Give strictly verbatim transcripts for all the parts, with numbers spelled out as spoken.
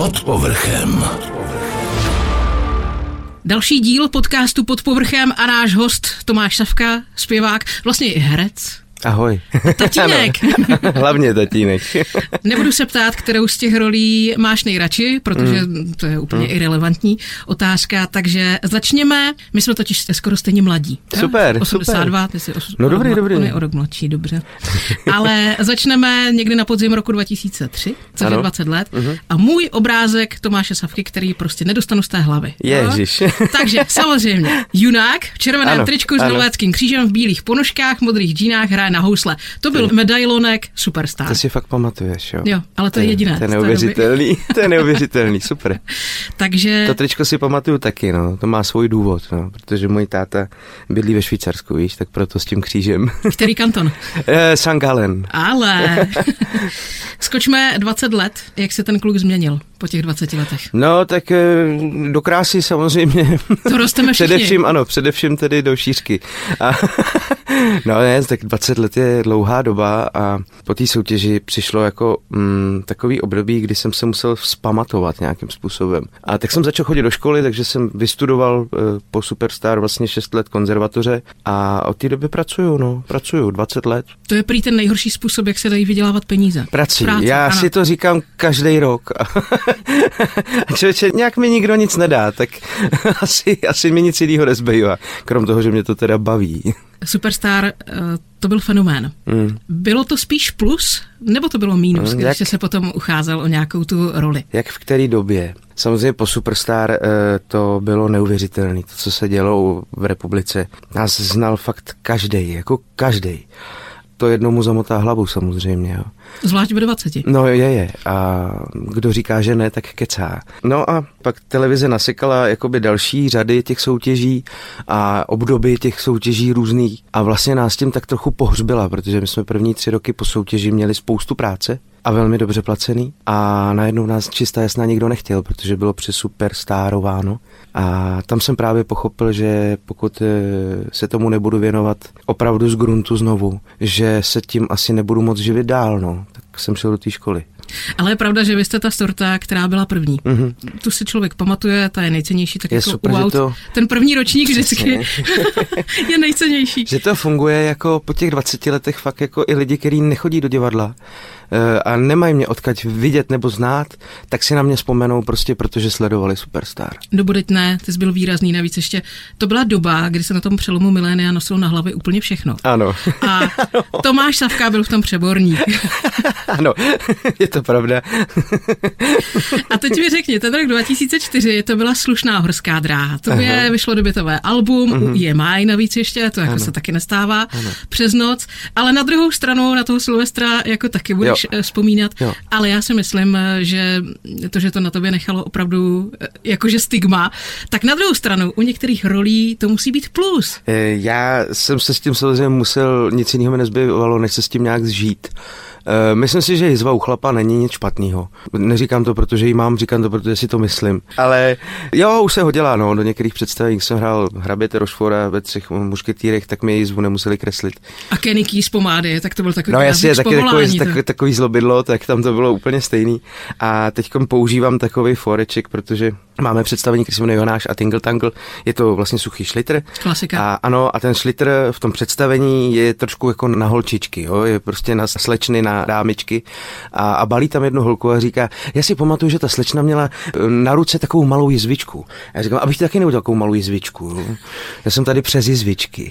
Pod povrchem. Další díl podcastu Pod povrchem a náš host Tomáš Savka, zpěvák, vlastně i herec. Ahoj. Tatínek. Hlavně tatínek. Nebudu se ptát, kterou z těch rolí máš nejradši, protože mm. to je úplně mm. irelevantní otázka, takže začněme. My jsme totiž skoro stejně mladí. Super, osmdesát dva, super. Ty jsi os- no dobrý, dobrý. On je o rok mladší, dobře. Ale začneme někdy na podzim roku dva tisíce tři, což je dvacet let. Mm-hmm. A můj obrázek Tomáše Savky, který prostě nedostanu z té hlavy. Ježiš. Takže samozřejmě junák v červeném ano, tričku s ano. novéckým křížem, v bílých ponožkách, modrých džínách, hraje na housle. To byl medailonek Superstar. To si fakt pamatuješ, jo? Jo, ale to, to je jediné. To je neuvěřitelný, to je neuvěřitelný, super. Takže... To tričko si pamatuju taky, no, to má svůj důvod, no, protože můj táta bydlí ve Švýcarsku, víš, tak proto s tím křížem. Který kanton? eh, Sankt Gallen. Ale... Skočme dvacet let, jak se ten kluk změnil po těch dvaceti letech? No, tak do krásy samozřejmě. To rosteme všichni. Především, ano, především tedy do šířky. A, no ne, tak dvacet let je dlouhá doba a po té soutěži přišlo jako mm, takový období, kdy jsem se musel vzpamatovat nějakým způsobem. A tak jsem začal chodit do školy, takže jsem vystudoval uh, po Superstar vlastně šest let konzervatoře a od té doby pracuju, no, pracuju dvacet let. To je prý ten nejhorší způsob, jak se dají vydělávat peníze. Prací, Práce, já ano. si to říkám každý rok. Člověče, nějak mi nikdo nic nedá, tak asi, asi mi nic jiného nezbývá, krom toho, že mě to teda baví. Superstar, to byl fenomén. Mm. Bylo to spíš plus, nebo to bylo mínus, mm, když jsi se potom ucházel o nějakou tu roli? Jak v které době? Samozřejmě po Superstar to bylo neuvěřitelné, to, co se dělo v republice. Nás znal fakt každej, jako každej. To jednomu zamotá hlavu samozřejmě, jo. Zvlášť ve dvaceti. No je, je. A kdo říká, že ne, tak kecá. No a pak televize nasekala jakoby další řady těch soutěží a obdoby těch soutěží různých. A vlastně nás tím tak trochu pohřbila, protože my jsme první tři roky po soutěži měli spoustu práce a velmi dobře placený. A najednou nás čistá jasná nikdo nechtěl, protože bylo přes Superstarováno. A tam jsem právě pochopil, že pokud se tomu nebudu věnovat opravdu z gruntu znovu, že se tím asi nebudu moc živit dál, no. Tak jsem šel do té školy. Ale je pravda, že vy jste ta sorta, která byla první. Mm-hmm. Tu si člověk pamatuje, ta je nejcennější, tak je jako super, u aut. To... Ten první ročník vždycky je nejcennější. Že to funguje jako po těch dvaceti letech fakt jako i lidi, kteří nechodí do divadla a nemají mě odkud vidět nebo znát, tak si na mě vzpomenou prostě, protože sledovali Superstar. Dobudeť ne, ty jsi byl výrazný, navíc ještě. To byla doba, kdy se na tom přelomu milénia nosilo na hlavě úplně všechno. Ano. A Tomáš Savka byl v tom přeborník. Ano, je to pravda. A teď mi řekni, ten rok dva tisíce čtyři, to byla slušná horská dráha. To je vyšlo debutové album, uh-huh. je máj navíc ještě, to jako ano. se taky nestává ano. přes noc, ale na druhou stranu na toho Silvestra jako taky budeš jo. vzpomínat, jo. ale já si myslím, že to, že to na tobě nechalo opravdu jakože stigma, tak na druhou stranu u některých rolí to musí být plus. Já jsem se s tím samozřejmě musel, nic jiného mi nezbývalo, než se s tím nějak zžít. Myslím si, že jizva u chlapa není nic špatného. Neříkám to, protože ji mám, říkám to, protože si to myslím. Ale jo, už se hodila, no, do některých představení, když jsem hrál Hraběte Rošfora ve Třech mušketýrech, tak mi jizvu nemuseli kreslit. A Kenny Key z Pomády, tak to byl takový no, jasně, taky takový, to. takový, takový zlobidlo, tak tam to bylo úplně stejný. A teďkom používám takový foreček, protože máme představení, který se jmenuje Jonáš a Tingle Tangle, je to vlastně suchý šlitr. Klasika. A ano, a ten šlitr v tom představení je trošku jako na holčičky, jo, je prostě na slečny, na dámičky a, a balí tam jednu holku a říká, já si pamatuju, že ta slečna měla na ruce takovou malou jizvičku. A já říkám, abych ti taky neudělal takovou malou jizvičku. Já jsem tady přes jizvičky.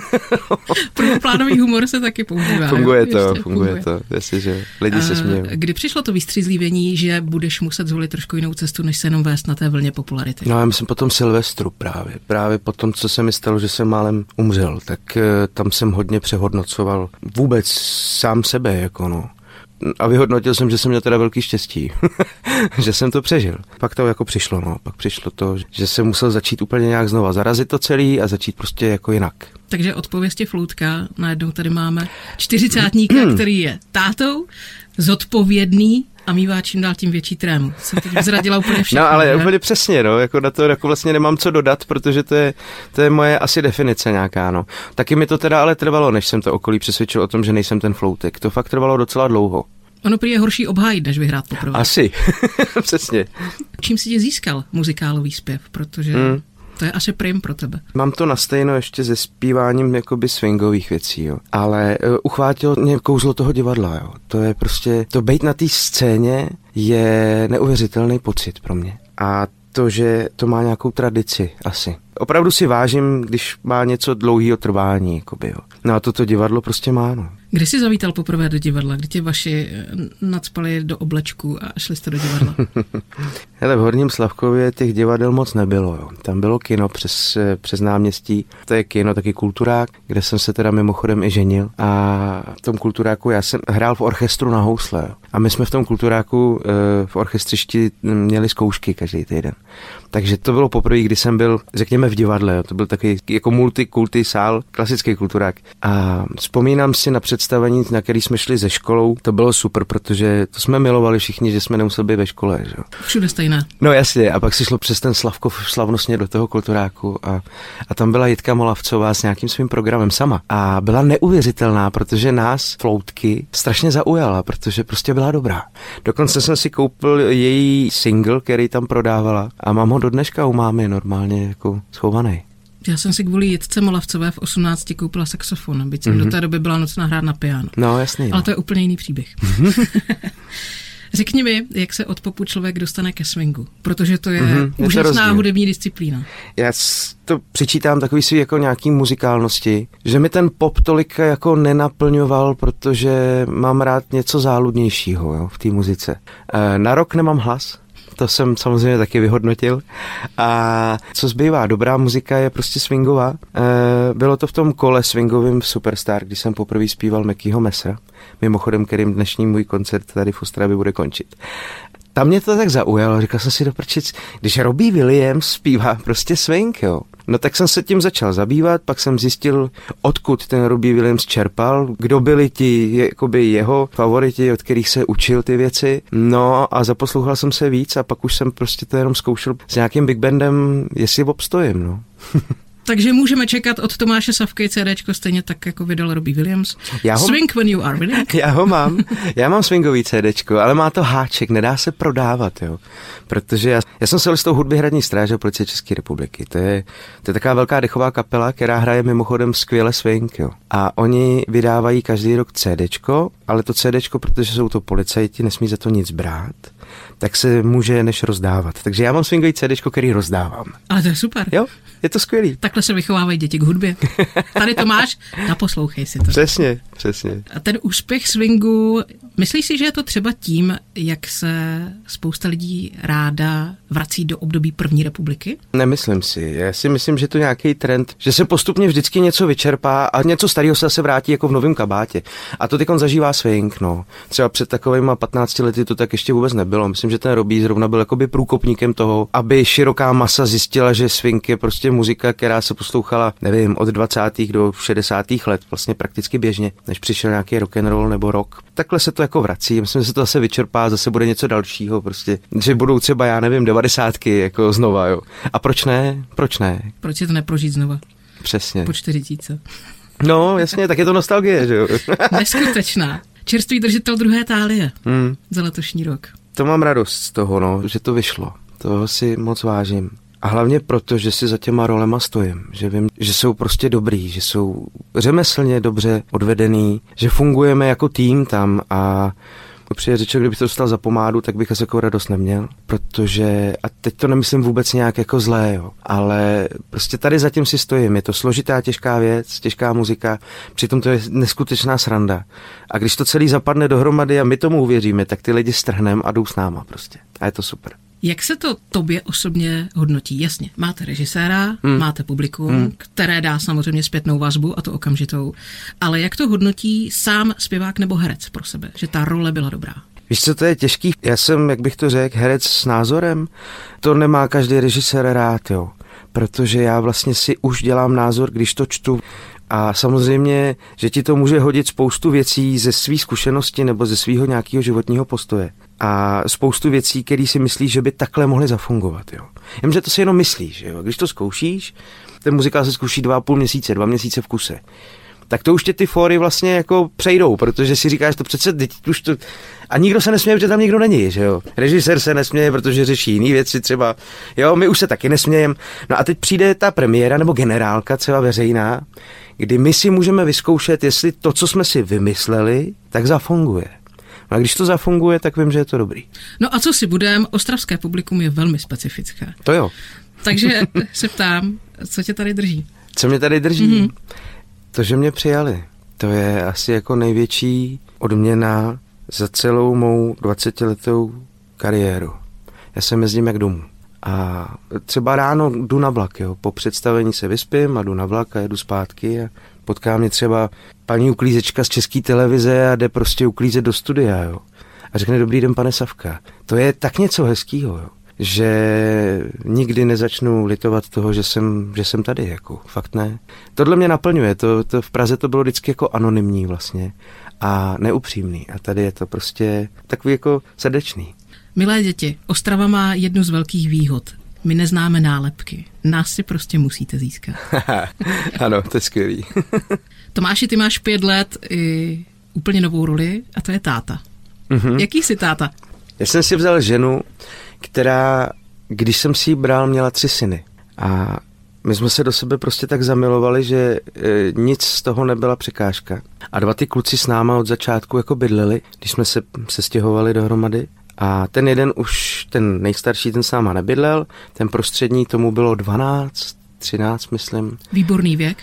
Prvoplánový humor se taky používá. Funguje to, Ještě, funguje, funguje to. Jestli, že lidi se smějí. Kdy přišlo to vystřízlivění, že budeš muset zvolit trošku jinou cestu, než se jenom vést na té vlně popularity? No já myslím po tom Silvestru právě. Právě po tom, co se mi stalo, že jsem málem umřel, tak uh, tam jsem hodně přehodnocoval vůbec sám sebe, jako no. A vyhodnotil jsem, že jsem měl teda velký štěstí, že jsem to přežil. Pak to jako přišlo, no. Pak přišlo to, že jsem musel začít úplně nějak znova zarazit to celý a začít prostě jako jinak. Takže odpověsti Floutka, najednou tady máme čtyřicátníka, který je tátou, zodpovědný a mívá čím dál tím větší trému. Jsem teď zradila úplně všechno. No ale ne? úplně přesně, no, jako na to jako vlastně nemám co dodat, protože to je, to je moje asi definice nějaká, no. Taky mi to teda ale trvalo, než jsem to okolí přesvědčil o tom, že nejsem ten Floutek. To fakt trvalo docela dlouho. Ono prý je horší obhájit, než vyhrát poprvé. Asi, přesně. Čím si tě získal muzikálový zpěv, protože hmm. to je asi prim pro tebe. Mám to nastejno ještě se zpíváním jakoby swingových věcí, jo. Ale uh, uchvátilo mě kouzlo toho divadla, jo. To je prostě, to bejt na té scéně je neuvěřitelný pocit pro mě. A to, že to má nějakou tradici asi. Opravdu si vážím, když má něco dlouhého trvání, jakoby, jo. No a toto divadlo prostě má, no. Kdy jsi zavítal poprvé do divadla? Kdy tě vaši nacpali do oblečku a šli jste do divadla? Hele, v Horním Slavkově těch divadel moc nebylo, jo. Tam bylo kino přes, přes náměstí. To je kino, taky Kulturák, kde jsem se teda mimochodem i ženil. A v tom Kulturáku já jsem hrál v orchestru na housle, jo. A my jsme v tom Kulturáku v orchestřišti měli zkoušky každý týden. Takže to bylo poprvé, kdy jsem byl, řekněme, v divadle. Jo. To byl takový jako multikulty sál, klasický Kulturák. A vzpomínám si na představení, na který jsme šli ze školou. To bylo super, protože to jsme milovali všichni, že jsme nemuseli být ve škole. Že? Všude stejné. No jasně, a pak si šlo přes ten Slavkov slavnostně do toho Kulturáku a, a tam byla Jitka Molavcová s nějakým svým programem sama. A byla neuvěřitelná, protože nás, floutky, strašně zaujala, protože prostě byla dobrá. Dokonce jsem si koupil její single, který tam prodávala a mám ho do dneška u mámy normálně jako schovaný. Já jsem si kvůli Jitce Molavcové v osmnácti koupila saxofon, byť jsem mm-hmm. do té doby byla nucena hrát na piano. No jasný. Ale no. to je úplně jiný příběh. Řekni mi, jak se od popu člověk dostane ke swingu, protože to je mm-hmm, úžasná hudební disciplína. Já to přičítám takový si jako nějaký muzikálnosti, že mi ten pop tolik jako nenaplňoval, protože mám rád něco záludnějšího, jo, v té muzice. E, na rock nemám hlas, to jsem samozřejmě taky vyhodnotil. A co zbývá, dobrá muzika je prostě swingová. E, bylo to v tom kole swingovým v Superstar, když jsem poprvé zpíval Mackyho Messera, mimochodem, kterým dnešní můj koncert tady v Ostravě bude končit. Tam mě to tak zaujalo, říkal jsem si do prčic, když Robbie Williams zpívá prostě swing, jo. No tak jsem se tím začal zabývat, pak jsem zjistil, odkud ten Robbie Williams čerpal, kdo byli ti jakoby jeho favoriti, od kterých se učil ty věci. No a zaposlouchal jsem se víc a pak už jsem prostě to jenom zkoušel s nějakým big bandem, jestli obstojím, no. Takže můžeme čekat od Tomáše Savky CDčko stejně tak, jako vydal Robbie Williams. Já ho, Swing when you are winning. Já ho mám. Já mám swingový CDčko, ale má to háček, nedá se prodávat, jo. Protože já, já jsem se s tou hudby hradní stráže Policie České republiky. To je, to je taková velká dechová kapela, která hraje mimochodem skvěle swing, jo. A oni vydávají každý rok CDčko, ale to CDčko, protože jsou to policajti, nesmí za to nic brát, tak se může než rozdávat. Takže já mám swingový CDčko, který rozdávám. Ale to je super. Jo, je to skvělý. Takhle se vychovávají děti k hudbě. Tady to máš, naposlouchej si to. Přesně, přesně. A ten úspěch swingu, myslíš si, že je to třeba tím, jak se spousta lidí ráda vrací do období první republiky? Nemyslím si. Já si myslím, že to je nějaký trend, že se postupně vždycky něco vyčerpá a něco starého se zase vrátí jako v novém kabátě. A to teďon zažívá swing, no. Třeba před takovýma patnácti lety to tak ještě vůbec nebylo. Myslím, že ten Robbie zrovna byl jakoby průkopníkem toho, aby široká masa zjistila, že swing je prostě muzika, která se poslouchala, nevím, od dvacátých do šedesátých let, vlastně prakticky běžně, než přišel nějaký rock and roll nebo rock. Takhle se to jako vrací. Myslím, že se to zase vyčerpá, zase bude něco dalšího, prostě, že budou třeba, já nevím, devadesátky jako znova, jo. A proč ne? Proč ne? Proč je to neprožít znova? Přesně. Po čtyřicítce. No, jasně, tak je to nostalgie, že jo. Neskutečná. Čerstvý držitel druhé tálie hmm. za letošní rok. To mám radost z toho, no, že to vyšlo. Toho si moc vážím. A hlavně proto, že si za těma rolema stojím, že vím, že jsou prostě dobrý, že jsou řemeslně dobře odvedený, že fungujeme jako tým tam a upřímně řečeno, kdybych to dostal za pomádu, tak bych asi jako radost neměl, protože, a teď to nemyslím vůbec nějak jako zlé, jo, ale prostě tady zatím si stojím, je to složitá, těžká věc, těžká muzika, přitom to je neskutečná sranda. A když to celý zapadne dohromady a my tomu uvěříme, tak ty lidi strhneme a jdou s náma prostě. A je to super. Jak se to tobě osobně hodnotí? Jasně, máte režiséra, hmm. máte publikum, hmm. které dá samozřejmě zpětnou vazbu, a to okamžitou, ale jak to hodnotí sám zpěvák nebo herec pro sebe, že ta role byla dobrá? Víš co, to je těžký. Já jsem, jak bych to řekl, herec s názorem. To nemá každý režisér rád, jo. Protože já vlastně si už dělám názor, když to čtu. A samozřejmě, že ti to může hodit spoustu věcí ze svý zkušenosti nebo ze svého nějakého životního postoje. A spoustu věcí, které si myslíš, že by takhle mohly zafungovat. Jo. Jenže to si jenom myslíš. Jo. Když to zkoušíš, ten muzikál se zkouší dva a půl měsíce, dva měsíce v kuse. tak to už tě ty fóry vlastně jako přejdou, protože si říkáš, to přece teď už to... A nikdo se nesměje, protože tam nikdo není, že jo. Režisér se nesměje, protože řeší jiný věci třeba. Jo, my už se taky nesmějeme. No a teď přijde ta premiéra nebo generálka třeba veřejná, kdy my si můžeme vyzkoušet, jestli to, co jsme si vymysleli, tak zafunguje. No a když to zafunguje, tak vím, že je to dobrý. No a co si budem, ostravské publikum je velmi specifické. To jo. Takže se ptám, co tě tady drží? Co mě tady drží? Mm-hmm. To, že mě přijali. To je asi jako největší odměna za celou mou dvacetiletou kariéru. Já se jezdím jak domů. A třeba ráno jdu na vlak, jo. Po představení se vyspím a jdu na vlak a jedu zpátky a potká mě třeba paní uklízečka z České televize a jde prostě uklízet do studia, jo. A řekne dobrý den, pane Savka. To je tak něco hezkýho, jo. Že nikdy nezačnu litovat toho, že jsem, že jsem tady, jako fakt ne. Tohle mě naplňuje, to, to v Praze to bylo vždycky jako anonymní vlastně a neupřímný a tady je to prostě takový jako srdečný. Milé děti, Ostrava má jednu z velkých výhod. My neznáme nálepky. Nás si prostě musíte získat. Ano, to je skvělý. Tomáši, ty máš pět let i úplně novou roli a to je táta. Mm-hmm. Jaký jsi táta? Já jsem si vzal ženu, která, když jsem si ji bral, měla tři syny. A my jsme se do sebe prostě tak zamilovali, že e, nic z toho nebyla překážka. A dva ty kluci s náma od začátku jako bydleli, když jsme se sestěhovali dohromady. A ten jeden už, ten nejstarší, ten s náma nebydlel, ten prostřední, tomu bylo dvanáct, třináct, myslím. Výborný věk.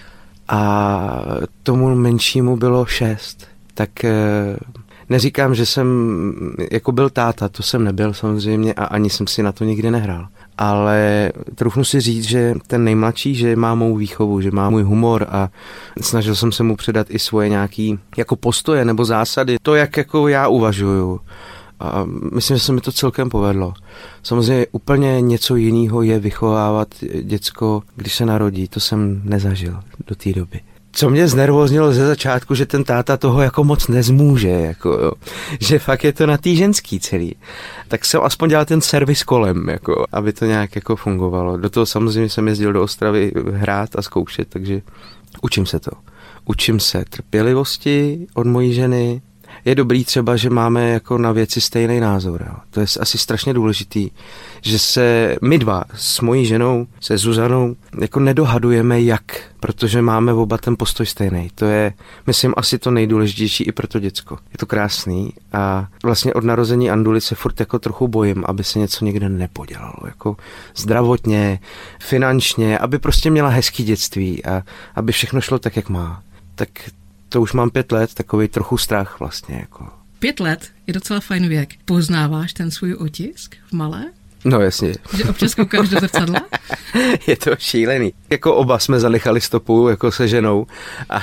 A tomu menšímu bylo šest. Tak e, neříkám, že jsem jako byl táta, to jsem nebyl samozřejmě a ani jsem si na to nikdy nehrál. Ale troufnu si říct, že ten nejmladší, že má mou výchovu, že má můj humor a snažil jsem se mu předat i svoje nějaký jako postoje nebo zásady, to, jak jako já uvažuju. A myslím, že se mi to celkem povedlo. Samozřejmě úplně něco jiného je vychovávat děcko, když se narodí. To jsem nezažil do té doby. Co mě znervoznilo ze začátku, že ten táta toho jako moc nezmůže, jako, jo. Že fakt je to na tý ženský celý. Tak jsem aspoň dělal ten servis kolem, jako, aby to nějak jako fungovalo. Do toho samozřejmě jsem jezdil do Ostravy hrát a zkoušet, takže učím se to. Učím se trpělivosti od mojí ženy. Je dobrý třeba, že máme jako na věci stejný názor. Jo. To je asi strašně důležitý, že se my dva s mojí ženou, se Zuzanou, jako nedohadujeme jak, protože máme oba ten postoj stejný. To je, myslím, asi to nejdůležitější i pro to děcko. Je to krásný a vlastně od narození Anduly se furt jako trochu bojím, aby se něco někde nepodělalo. Jako zdravotně, finančně, aby prostě měla hezký dětství a aby všechno šlo tak, jak má. Tak to už mám pět let, takový trochu strach vlastně. Jako. Pět let je docela fajn věk. Poznáváš ten svůj otisk v malé? No jasně. Že občas koukáš do zrcadla? Je to šílený. Jako oba jsme zanechali stopu jako se ženou a,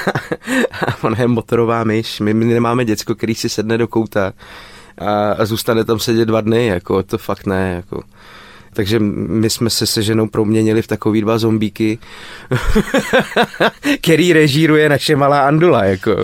a ona je motorová myš. My, my nemáme děcko, který si sedne do kouta a, a zůstane tam sedět dva dny. Jako, to fakt ne. Jako. Takže my jsme se se ženou proměnili v takový dva zombíky, který režíruje naše malá Andula, jako.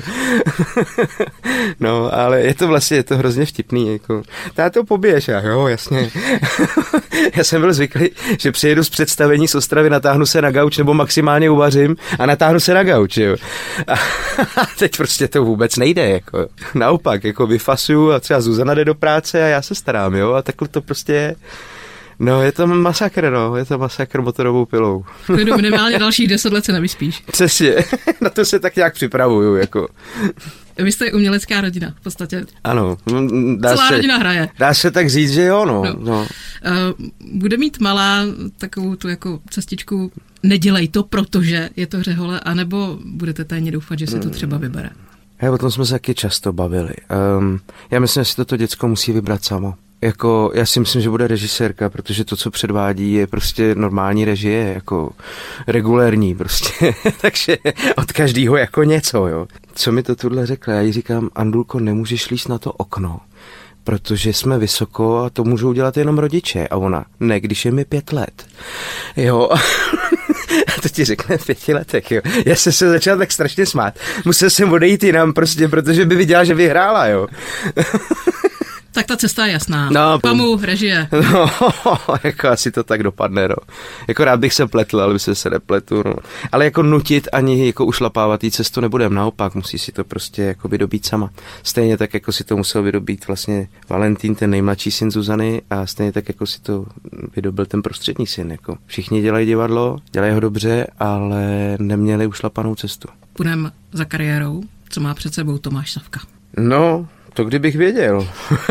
No, ale je to vlastně, je to hrozně vtipný, jako. Táto, poběž, a jo, jasně. Já jsem byl zvyklý, že přijedu z představení z Ostravy, natáhnu se na gauč, nebo maximálně uvařím a natáhnu se na gauč, jo. A teď prostě to vůbec nejde, jako. Naopak, jako vyfasuju a třeba Zuzana jde do práce a já se starám, jo, a takhle to prostě je. No, je to masakr, no, je to masakr motorovou pilou. Klidu, minimálně dalších deset let se nevyspíš. Přesně, na to se tak nějak připravuju, jako. Vy jste umělecká rodina, v podstatě. Ano. Dá Celá se, rodina hraje. Dá se tak říct, že jo, no. no. no. Uh, bude mít malá takovou tu jako cestičku, nedělej to, protože je to řehole, anebo budete tajně doufat, že si to třeba vybere? Hej, o tom jsme se taky často bavili. Um, já myslím, že si toto děcko musí vybrat samo. Jako, já si myslím, že bude režisérka, protože to, co předvádí, je prostě normální režie, jako regulérní prostě. Takže od každého jako něco, jo. Co mi to tuhle řekla? Já jí říkám, Andulko, nemůžeš líst na to okno, protože jsme vysoko a to můžou dělat jenom rodiče. A ona, ne, když je mi pět let. Jo. A to ti řekne v pěti letech, jo. Já jsem se začal tak strašně smát. Musel jsem odejít jinam prostě, protože by viděla, že vyhrála, jo. Tak ta cesta je jasná. No, Pamu, režie. No, jako asi to tak dopadne, no. Jako rád bych se pletl, ale by se se nepletu, no. Ale jako nutit ani jako ušlapávat tý cestu nebudem, naopak, musí si to prostě jako vydobít sama. Stejně tak, jako si to musel vydobít vlastně Valentín, ten nejmladší syn Zuzany, a stejně tak, jako si to vydobil ten prostřední syn, jako. Všichni dělají divadlo, dělají ho dobře, ale neměli ušlapanou cestu. Půjdem za kariérou, co má před sebou Tomáš Safka. No, to kdybych věděl.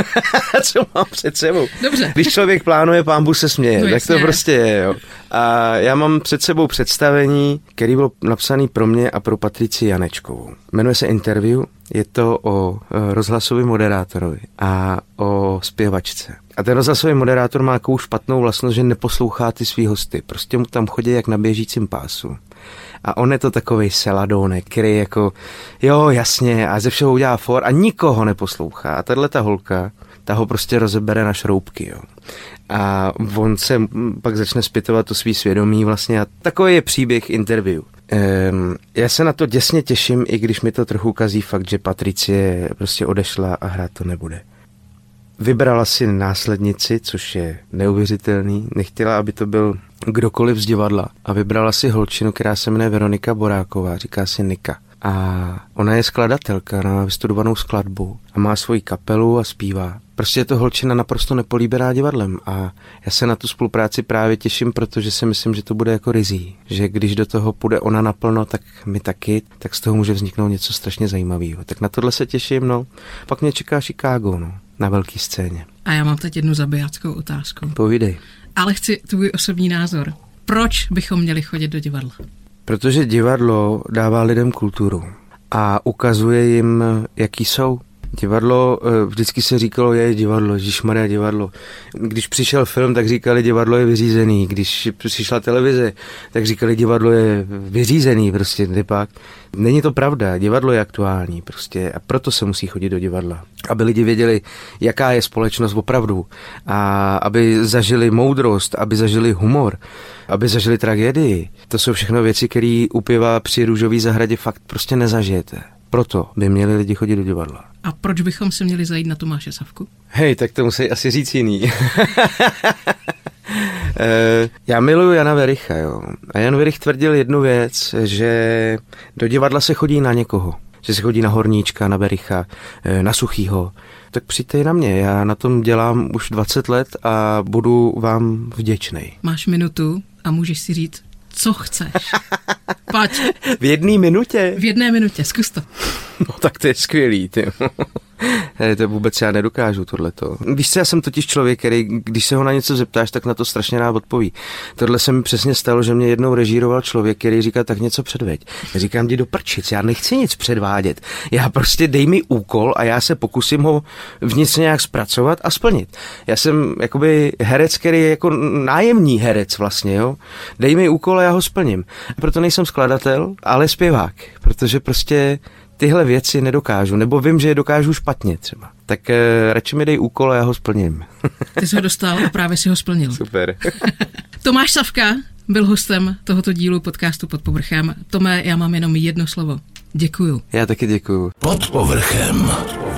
Co mám před sebou. Dobře. Když člověk plánuje, pán Bůh se směje. No, tak to prostě je, jo. A já mám před sebou představení, který bylo napsaný pro mě a pro Patricii Janečkovou. Jmenuje se Interview, je to o rozhlasovém moderátorovi a o zpěvačce. A ten rozhlasový moderátor má takovou špatnou vlastnost, že neposlouchá ty svý hosty. Prostě mu tam chodí jak na běžícím pásu. A on je to takovej seladónek, který jako, jo, jasně, a ze všeho udělá for a nikoho neposlouchá. A tahle ta holka, ta ho prostě rozebere na šroubky, jo. A on se pak začne zpytovat to svý svědomí vlastně a takový je příběh Interview. Um, já se na to děsně těším, i když mi to trochu kazí fakt, že Patricie prostě odešla a hrát to nebude. Vybrala si následnici, což je neuvěřitelný. Nechtěla, aby to byl kdokoliv z divadla. A vybrala si holčinu, která se jmenuje Veronika Boráková, říká si Nika. A ona je skladatelka, ona má vystudovanou skladbu a má svoji kapelu a zpívá. Prostě je to holčina naprosto nepolíbená divadlem a já se na tu spolupráci právě těším, protože si myslím, že to bude jako rizí. Že když do toho půjde ona naplno, tak my taky, tak z toho může vzniknout něco strašně zajímavého. Tak na tohle se těším, no. Pak mě čeká Chicago, no, na velké scéně. A já mám teď jednu zabijáckou otázku. Povídej. Ale chci tvůj osobní názor. Proč bychom měli chodit do divadla? Protože divadlo dává lidem kulturu a ukazuje jim, jaký jsou. Divadlo, vždycky se říkalo, je divadlo, ježišmarja, divadlo. Když přišel film, tak říkali, divadlo je vyřízený. Když přišla televize, tak říkali, divadlo je vyřízený, prostě nepak. Není to pravda, divadlo je aktuální prostě a proto se musí chodit do divadla. Aby lidi věděli, jaká je společnost opravdu a aby zažili moudrost, aby zažili humor, aby zažili tragédii. To jsou všechno věci, které u piva při Růžové zahradě fakt prostě nezažijete. Proto by měli lidi chodit do divadla. A proč bychom se měli zajít na Tomáše Safku? Hej, tak to musí asi říct jiný. Já miluju Jana Vericha, jo. A Jan Verich tvrdil jednu věc, že do divadla se chodí na někoho. Že se chodí na Horníčka, na Vericha, na Suchýho. Tak přijďte i na mě, já na tom dělám už dvacet let a budu vám vděčnej. Máš minutu a můžeš si říct, co chceš. Pojď. V jedné minutě? V jedné minutě, zkus to. No tak to je skvělý, ty. To vůbec já nedokážu tohleto. Víš co, já jsem totiž člověk, který, když se ho na něco zeptáš, tak na to strašně rád odpoví. Tohle se mi přesně stalo, že mě jednou režíroval člověk, který říká, tak něco předveď. Já říkám, jdi do prčic, já nechci nic předvádět. Já prostě dej mi úkol a já se pokusím ho v nic nějak zpracovat a splnit. Já jsem jakoby herec, který je jako nájemní herec vlastně, jo. Dej mi úkol a já ho splním. Proto nejsem skladatel, ale zpěvák, protože prostě tyhle věci nedokážu, nebo vím, že je dokážu špatně třeba. Tak eh, radši mi dej úkol a já ho splním. Ty jsi ho dostal a právě si ho splnil. Super. Tomáš Safka byl hostem tohoto dílu podcastu Pod povrchem. Tome, já mám jenom jedno slovo. Děkuju. Já taky děkuju. Pod povrchem.